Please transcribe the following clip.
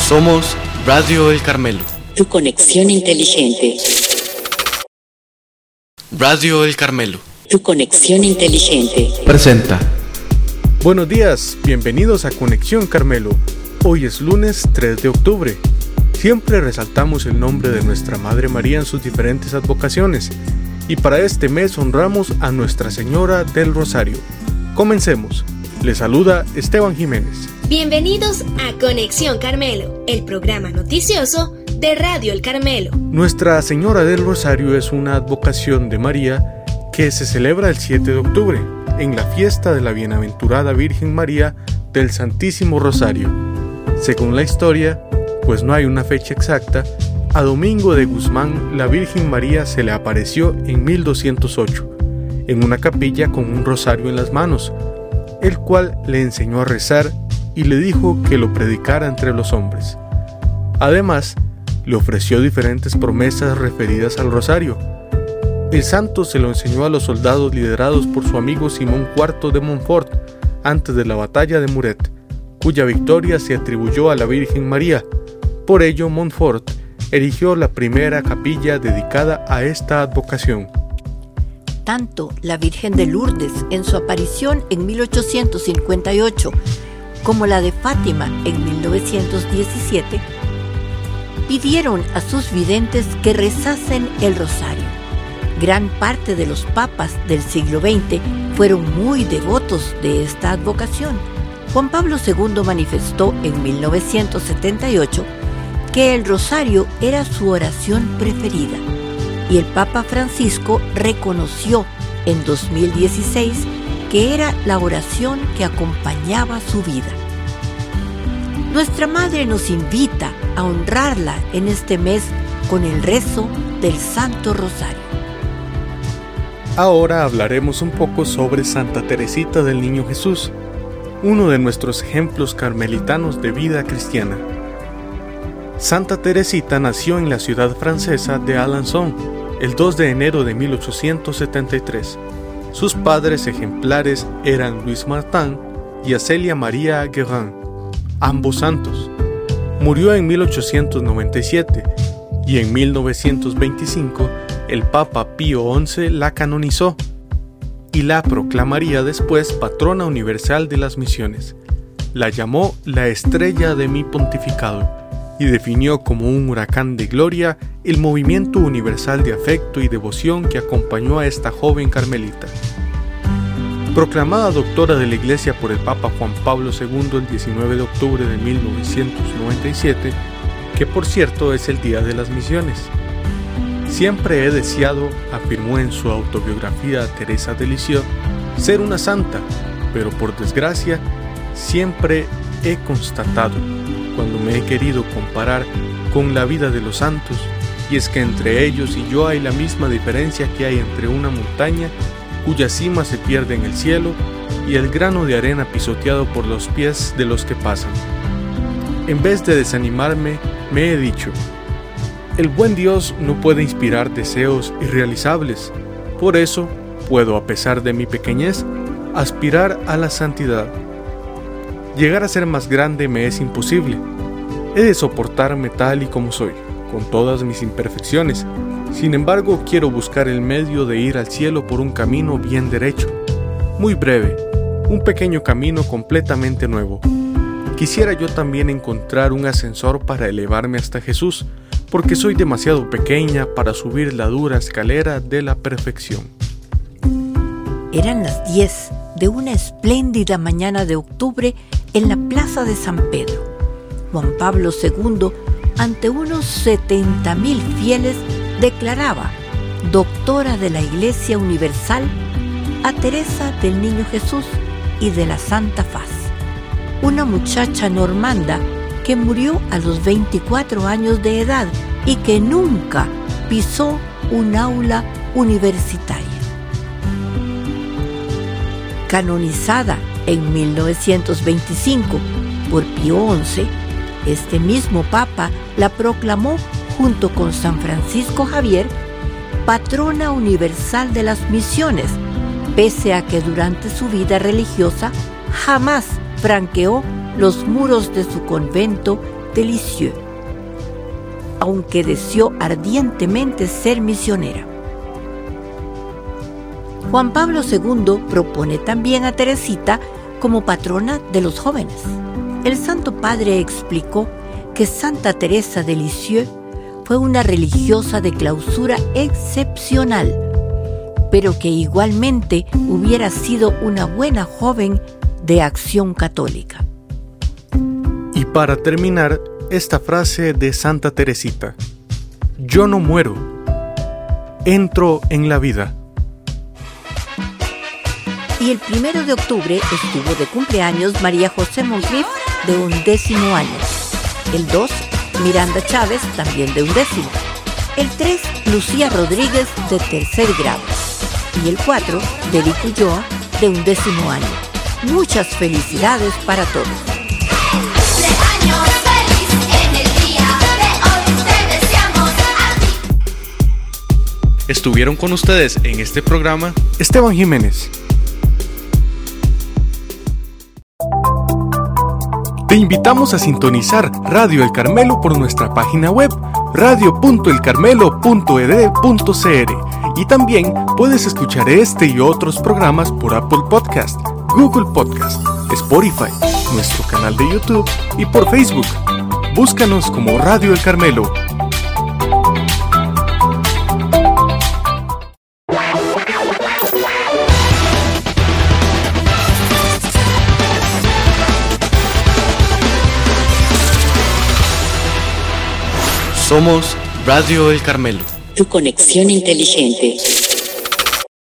Somos Radio El Carmelo. Tu conexión inteligente. Radio El Carmelo. Tu conexión inteligente. Presenta. Buenos días, bienvenidos a Conexión Carmelo. Hoy es lunes 3 de octubre. Siempre resaltamos el nombre de nuestra Madre María en sus diferentes advocaciones. Y para este mes honramos a Nuestra Señora del Rosario. Comencemos. Les saluda Esteban Jiménez. Bienvenidos a Conexión Carmelo, el programa noticioso de Radio El Carmelo. Nuestra Señora del Rosario es una advocación de María que se celebra el 7 de octubre, en la fiesta de la Bienaventurada Virgen María del Santísimo Rosario. Según la historia, pues no hay una fecha exacta, a Domingo de Guzmán la Virgen María se le apareció en 1208, en una capilla con un rosario en las manos, el cual le enseñó a rezar y le dijo que lo predicara entre los hombres. Además, le ofreció diferentes promesas referidas al rosario. El santo se lo enseñó a los soldados liderados por su amigo Simón IV de Montfort antes de la batalla de Muret, cuya victoria se atribuyó a la Virgen María. Por ello, Montfort erigió la primera capilla dedicada a esta advocación. Tanto la Virgen de Lourdes en su aparición en 1858 como la de Fátima en 1917 pidieron a sus videntes que rezasen el rosario. Gran parte de los papas del siglo XX fueron muy devotos de esta advocación. Juan Pablo II manifestó en 1978 que el rosario era su oración preferida, y el Papa Francisco reconoció en 2016 que era la oración que acompañaba su vida. Nuestra Madre nos invita a honrarla en este mes con el rezo del Santo Rosario. Ahora hablaremos un poco sobre Santa Teresita del Niño Jesús, uno de nuestros ejemplos carmelitanos de vida cristiana. Santa Teresita nació en la ciudad francesa de Alençon el 2 de enero de 1873. Sus padres ejemplares eran Luis Martin y Acélia María Guérin, ambos santos. Murió en 1897 y en 1925 el Papa Pío XI la canonizó y la proclamaría después patrona universal de las misiones. La llamó la estrella de mi pontificado y definió como un huracán de gloria el movimiento universal de afecto y devoción que acompañó a esta joven carmelita. Proclamada doctora de la Iglesia por el Papa Juan Pablo II el 19 de octubre de 1997, que por cierto es el Día de las Misiones. Siempre he deseado, afirmó en su autobiografía Teresa de Lisieux, ser una santa, pero por desgracia siempre he constatado, cuando me he querido comparar con la vida de los santos, y es que entre ellos y yo hay la misma diferencia que hay entre una montaña cuya cima se pierde en el cielo y el grano de arena pisoteado por los pies de los que pasan. En vez de desanimarme, me he dicho, el buen Dios no puede inspirar deseos irrealizables, por eso puedo, a pesar de mi pequeñez, aspirar a la santidad. Llegar a ser más grande me es imposible. He de soportarme tal y como soy, con todas mis imperfecciones. Sin embargo, quiero buscar el medio de ir al cielo por un camino bien derecho, muy breve, un pequeño camino completamente nuevo. Quisiera yo también encontrar un ascensor para elevarme hasta Jesús, porque soy demasiado pequeña para subir la dura escalera de la perfección. Eran las 10 de una espléndida mañana de octubre en la plaza de San Pedro. Juan Pablo II, ante unos 70,000 fieles, declaraba doctora de la Iglesia Universal a Teresa del Niño Jesús y de la Santa Faz, una muchacha normanda que murió a los 24 años de edad y que nunca pisó un aula universitaria. Canonizada en 1925 por Pío XI, este mismo Papa la proclamó junto con San Francisco Javier patrona universal de las misiones, pese a que durante su vida religiosa jamás franqueó los muros de su convento de Lisieux, aunque deseó ardientemente ser misionera. Juan Pablo II propone también a Teresita como patrona de los jóvenes. El Santo Padre explicó que Santa Teresa de Lisieux fue una religiosa de clausura excepcional, pero que igualmente hubiera sido una buena joven de acción católica. Y para terminar, esta frase de Santa Teresita: yo no muero, entro en la vida. Y el 1 de octubre estuvo de cumpleaños María José Moncrief, de 11º año. El 2, Miranda Chávez, también de 11º. El 3, Lucía Rodríguez, de 3er grado. Y el 4, Derek Ulloa, de 11º año. Muchas felicidades para todos. ¡Cumpleaños feliz en el día de hoy! Te deseamos a ti. Estuvieron con ustedes en este programa Esteban Jiménez. Te invitamos a sintonizar Radio El Carmelo por nuestra página web radio.elcarmelo.ed.cr y también puedes escuchar este y otros programas por Apple Podcast, Google Podcast, Spotify, nuestro canal de YouTube y por Facebook. Búscanos como Radio El Carmelo. Somos Radio El Carmelo. Tu conexión inteligente.